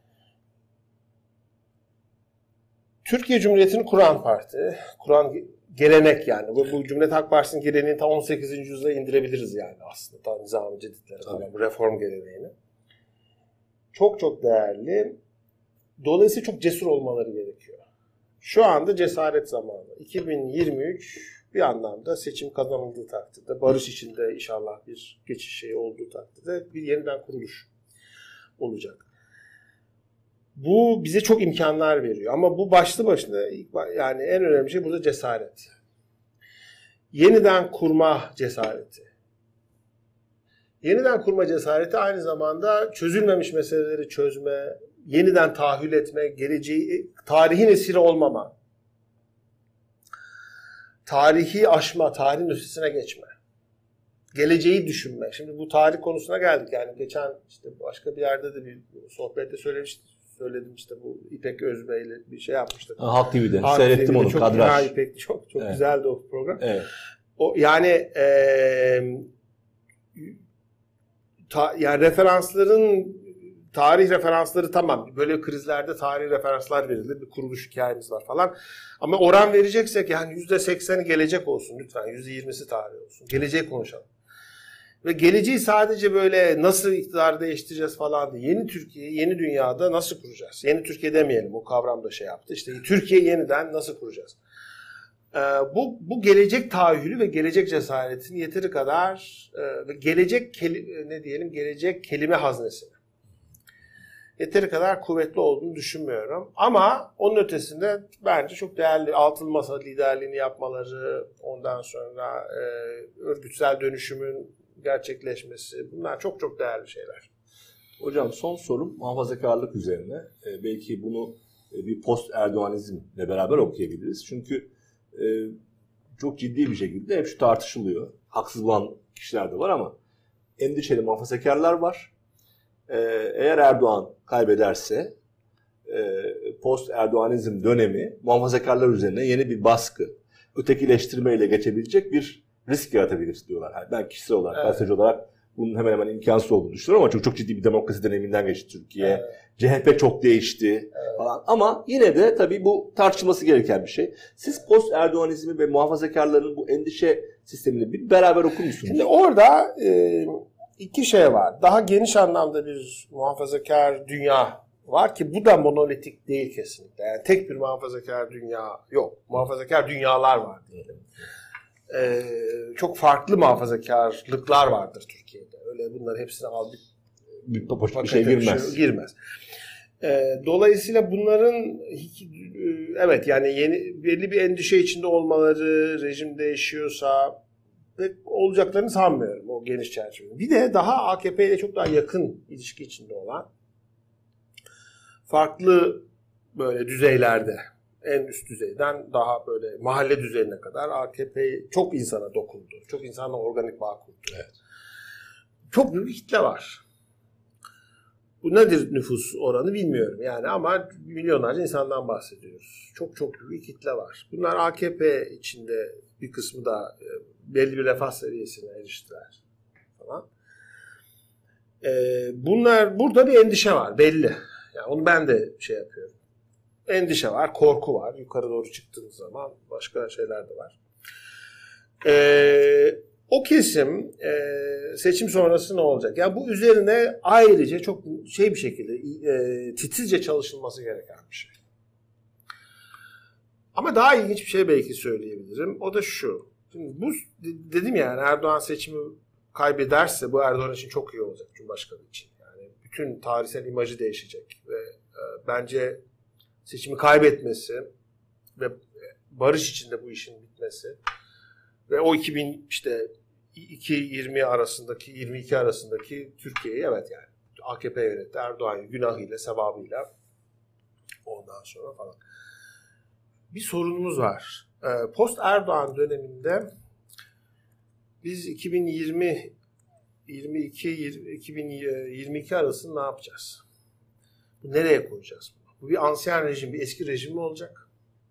Türkiye Cumhuriyeti'ni kuran parti, kuran gelenek yani. Bu Cumhuriyet Halk Partisi'nin geleneğini ta 18. yüzyıla indirebiliriz yani aslında. Ta Nizam-ı Cedidlere falan bu reform geleneğini. Çok çok değerli. Dolayısıyla çok cesur olmaları gerekiyor. Şu anda cesaret zamanı. 2023 bir anlamda seçim kazanıldığı takdirde, barış içinde inşallah bir geçiş şeyi olduğu takdirde bir yeniden kuruluş olacak. Bu bize çok imkanlar veriyor. Ama bu başlı başına yani en önemli şey burada cesaret. Yeniden kurma cesareti. Yeniden kurma cesareti aynı zamanda çözülmemiş meseleleri çözme, yeniden tahayyül etme, geleceği, tarihin esiri olmama, tarihi aşma, tarihin üstesine geçme, geleceği düşünme. Şimdi bu tarih konusuna geldik yani geçen işte başka bir yerde de bir sohbette söyledim işte bu İpek Özbey'le bir şey yapmıştık. Halk TV'de seyrettim onu kadraj. İpek çok evet. Güzeldi o program. Evet. O yani yani tarih referansları tamam. Böyle krizlerde tarih referanslar verilir. Bir kuruluş hikayemiz var falan. Ama oran vereceksek yani %80'i gelecek olsun lütfen. %20'si tarih olsun. Geleceği konuşalım. Ve geleceği sadece böyle nasıl iktidar değiştireceğiz falan değil. Yeni Türkiye, yeni dünyada nasıl kuracağız? Yeni Türkiye demeyelim. O kavram da şey yaptı. İşte Türkiye yeniden nasıl kuracağız? Bu gelecek tahayyülü ve gelecek cesaretini yeteri kadar ve gelecek kelime haznesini yeteri kadar kuvvetli olduğunu düşünmüyorum. Ama onun ötesinde bence çok değerli altılı masa liderliğini yapmaları, ondan sonra örgütsel dönüşümün gerçekleşmesi, bunlar çok çok değerli şeyler. Hocam son sorum muhafazakarlık üzerine. Belki bunu bir post Erdoğanizmle beraber okuyabiliriz. Çünkü çok ciddi bir şekilde hep şu tartışılıyor. Haksız bulan kişiler de var ama endişeli muhafazakarlar var. Eğer Erdoğan kaybederse post Erdoğanizm dönemi muhafazakarlar üzerine yeni bir baskı, ötekileştirmeyle geçebilecek bir risk yaratabilir diyorlar. Yani ben kişisel olarak, gazeteci olarak bunun hemen hemen imkansız olduğunu düşünüyorum ama çok ciddi bir demokrasi deneyiminden geçti Türkiye. Evet. CHP çok değişti falan. Ama yine de tabii bu tartışılması gereken bir şey. Siz post Erdoğanizmi ve muhafazakarların bu endişe sistemini bir beraber okur musunuz? Şimdi orada iki şey var. Daha geniş anlamda bir muhafazakar dünya var ki bu da monolitik değil kesinlikle. Yani tek bir muhafazakar dünya yok. Muhafazakar dünyalar var diyelim. Çok farklı muhafazakarlıklar vardır Türkiye'de. Öyle bunların hepsini al bir şey girmez. Dolayısıyla bunların evet yani belli bir endişe içinde olmaları, rejim değişiyorsa pek olacaklarını sanmıyorum o geniş çerçevede. Bir de daha AKP ile çok daha yakın ilişki içinde olan farklı böyle düzeylerde, en üst düzeyden daha böyle mahalle düzeyine kadar AKP çok insana dokundu. Çok insanla organik bağ kurdu. Evet. Çok büyük kitle var. Bu nedir nüfus oranı bilmiyorum yani ama milyonlarca insandan bahsediyoruz. Çok çok büyük kitle var. Bunlar AKP içinde bir kısmı da belli bir refah seviyesine eriştiler falan. Burada bir endişe var belli. Yani onu ben de şey yapıyorum. Endişe var, korku var. Yukarı doğru çıktığınız zaman başka şeyler de var. O kesim seçim sonrası ne olacak? Yani bu üzerine ayrıca çok bir şekilde titizce çalışılması gereken bir şey. Ama daha ilginç bir şey belki söyleyebilirim. O da şu. Şimdi bu dedim yani Erdoğan seçimi kaybederse bu Erdoğan için çok iyi olacak Cumhurbaşkanı için. Yani bütün tarihsel imajı değişecek ve bence seçimi kaybetmesi ve barış içinde bu işin bitmesi ve o 2020 arasındaki 22 arasındaki Türkiye'yi evet yani AKP yönetti. Erdoğan günahıyla, sevabıyla ondan sonra falan. Bir sorunumuz var. Post Erdoğan döneminde biz 2022 arasında ne yapacağız? Nereye koyacağız? Bu bir ansiyen rejim, bir eski rejim mi olacak?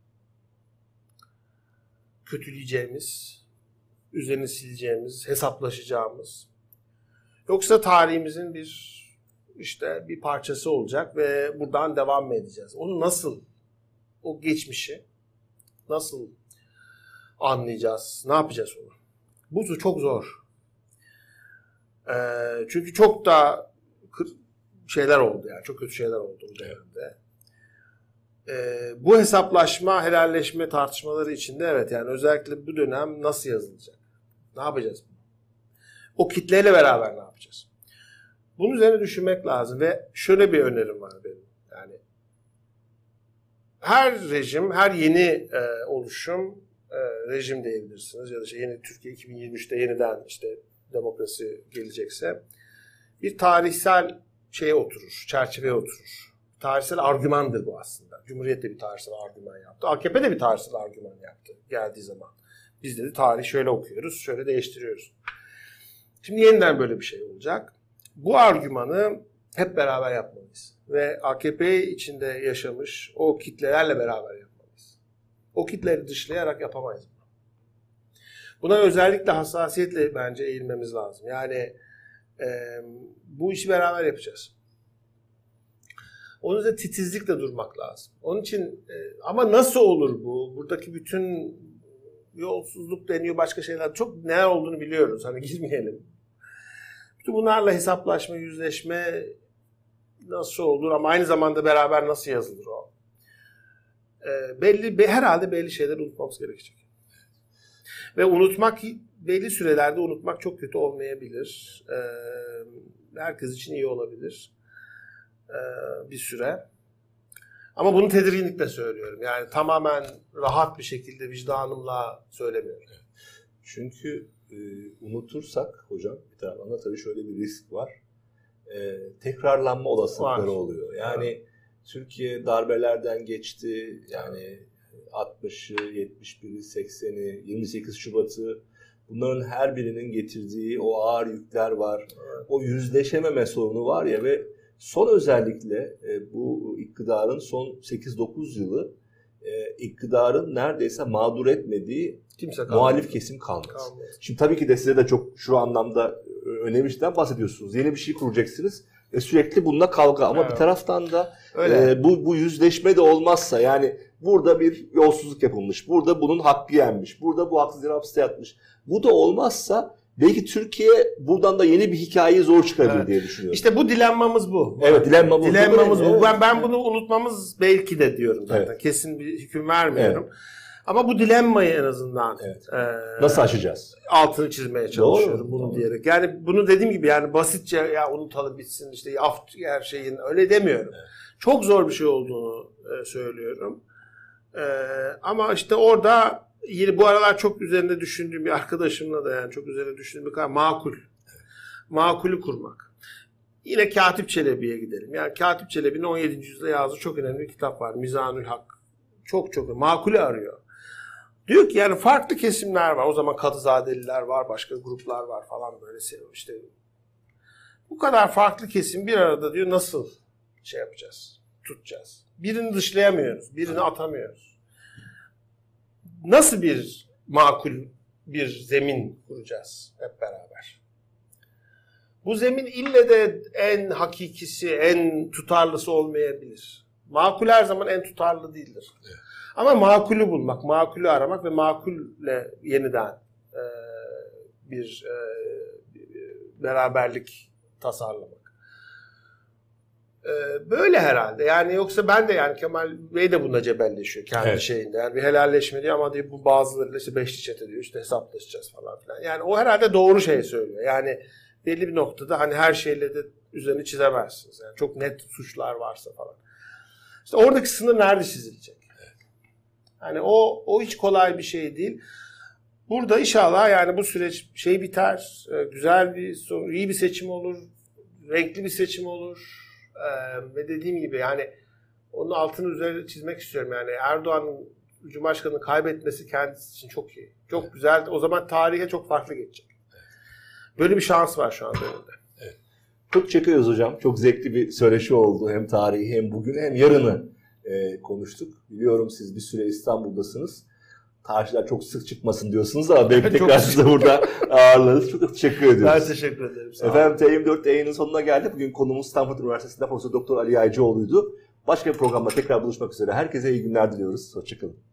Kötüleyeceğimiz, üzerini sileceğimiz, hesaplaşacağımız. Yoksa tarihimizin bir parçası olacak ve buradan devam mı edeceğiz? Onu nasıl, o geçmişi nasıl anlayacağız? Ne yapacağız onu? Bu çok zor. Çünkü çok da şeyler oldu yani. Çok kötü şeyler oldu bu dönemde. Bu hesaplaşma, helalleşme tartışmaları içinde evet yani özellikle bu dönem nasıl yazılacak? Ne yapacağız? O kitleyle beraber ne yapacağız? Bunun üzerine düşünmek lazım ve şöyle bir önerim var benim. Yani her rejim, her yeni oluşum rejim diyebilirsiniz ya da yeni Türkiye 2023'te yeniden işte demokrasi gelecekse bir tarihsel şeye oturur, çerçeveye oturur. Tarihsel argümandır bu aslında. Cumhuriyet de bir tarihsel argüman yaptı. AKP de bir tarihsel argüman yaptı geldiği zaman. Biz de tarih şöyle okuyoruz, şöyle değiştiriyoruz. Şimdi yeniden böyle bir şey olacak. Bu argümanı hep beraber yapmalıyız. Ve AKP içinde yaşamış o kitlelerle beraber yapmalıyız. O kitleleri dışlayarak yapamayız. Buna özellikle hassasiyetle bence eğilmemiz lazım. Yani bu işi beraber yapacağız. Onun üzerinde titizlikle durmak lazım. Onun için ama nasıl olur bu? Buradaki bütün yolsuzluk deniyor başka şeyler. Çok neler olduğunu biliyoruz. Hani girmeyelim. Bütün bunlarla hesaplaşma, yüzleşme nasıl olur ama aynı zamanda beraber nasıl yazılır o? Herhalde belli şeyleri unutmamız gerekecek. Ve unutmak, belli sürelerde unutmak çok kötü olmayabilir. Herkes için iyi olabilir. Bir süre. Ama bunu tedirginlikle söylüyorum. Yani tamamen rahat bir şekilde vicdanımla söylemiyorum. Çünkü unutursak hocam bir taraftan da tabii şöyle bir risk var. Tekrarlanma olasılıkları oluyor. Yani Türkiye darbelerden geçti. Yani 60'ı, 71'i, 80'i, 28 Şubat'ı bunların her birinin getirdiği o ağır yükler var. O yüzleşememe sorunu var ya ve son özellikle bu iktidarın son 8-9 yılı iktidarın neredeyse mağdur etmediği muhalif kesim kalmadı. Şimdi tabii ki de size de çok şu anlamda önemli bir şeyden bahsediyorsunuz. Yeni bir şey kuracaksınız ve sürekli bununla kavga ama bir taraftan da bu yüzleşme de olmazsa yani burada bir yolsuzluk yapılmış, burada bunun hakkı yenmiş, burada bu haksız yere hapiste yatmış. Bu da olmazsa belki Türkiye buradan da yeni bir hikayeyi zor çıkarır diye düşünüyorum. İşte bu dilemmamız bu. Evet, dilemmamız bu. Evet. Ben bunu unutmamız belki de diyorum zaten. Evet. Kesin bir hüküm vermiyorum. Evet. Ama bu dilemmayı en azından nasıl aşacağız? Altını çizmeye çalışıyorum bunu diyerek. Yani bunu dediğim gibi yani basitçe ya unutalım bitsin işte her şeyin öyle demiyorum. Evet. Çok zor bir şey olduğunu söylüyorum. Ama işte orada yine bu aralar çok üzerinde düşündüğüm bir arkadaşımla da yani çok üzerinde düşündüğüm bir kadar makul. Makulü kurmak. Yine Katip Çelebi'ye gidelim. Yani Katip Çelebi'nin 17. yüzyılda yazdığı çok önemli bir kitap var. Mizanül Hak. Çok makulü arıyor. Diyor ki yani farklı kesimler var. O zaman Kadızadeliler var, başka gruplar var falan böyle işte. Bu kadar farklı kesim bir arada diyor nasıl şey yapacağız, tutacağız. Birini dışlayamıyoruz, birini atamıyoruz. Nasıl bir makul bir zemin kuracağız hep beraber? Bu zemin ille de en hakikisi, en tutarlısı olmayabilir. Makul her zaman en tutarlı değildir. Evet. Ama makulü bulmak, makulü aramak ve makulle yeniden bir beraberlik tasarlamak. Böyle herhalde. Yani yoksa ben de yani Kemal Bey de bunda cebelleşiyor kendi şeyinde. Yani bir helalleşme diyor ama diyor bu bazılarıyla işte beşli çete diyor işte hesaplaşacağız falan filan. Yani o herhalde doğru şey söylüyor. Yani belli bir noktada hani her şeyle de üzerini çizemezsiniz. Yani çok net suçlar varsa falan. İşte oradaki sınır nerede çizilecek? Yani o hiç kolay bir şey değil. Burada inşallah yani bu süreç biter. Güzel iyi bir seçim olur. Renkli bir seçim olur. Ve dediğim gibi yani onun altını üzerine çizmek istiyorum. Yani Erdoğan'ın Cumhurbaşkanı'nı kaybetmesi kendisi için çok iyi. Çok güzel. O zaman tarihe çok farklı geçecek. Böyle bir şans var şu anda önünde. Evet. Çok çekiyoruz hocam. Çok zevkli bir söyleşi oldu. Hem tarihi hem bugün hem yarını konuştuk. Biliyorum siz bir süre İstanbul'dasınız. Tarihçiler çok sık çıkmasın diyorsunuz ama belki tekrar size burada ağırlarız. Çok teşekkür ediyoruz. Ben teşekkür ederim. Efendim T24 yayının sonuna geldik. Bugün konuğumuz Stanford Üniversitesi'nde Profesör Doktor Ali Yaycıoğlu'ydu. Başka bir programda tekrar buluşmak üzere. Herkese iyi günler diliyoruz. Hoşçakalın.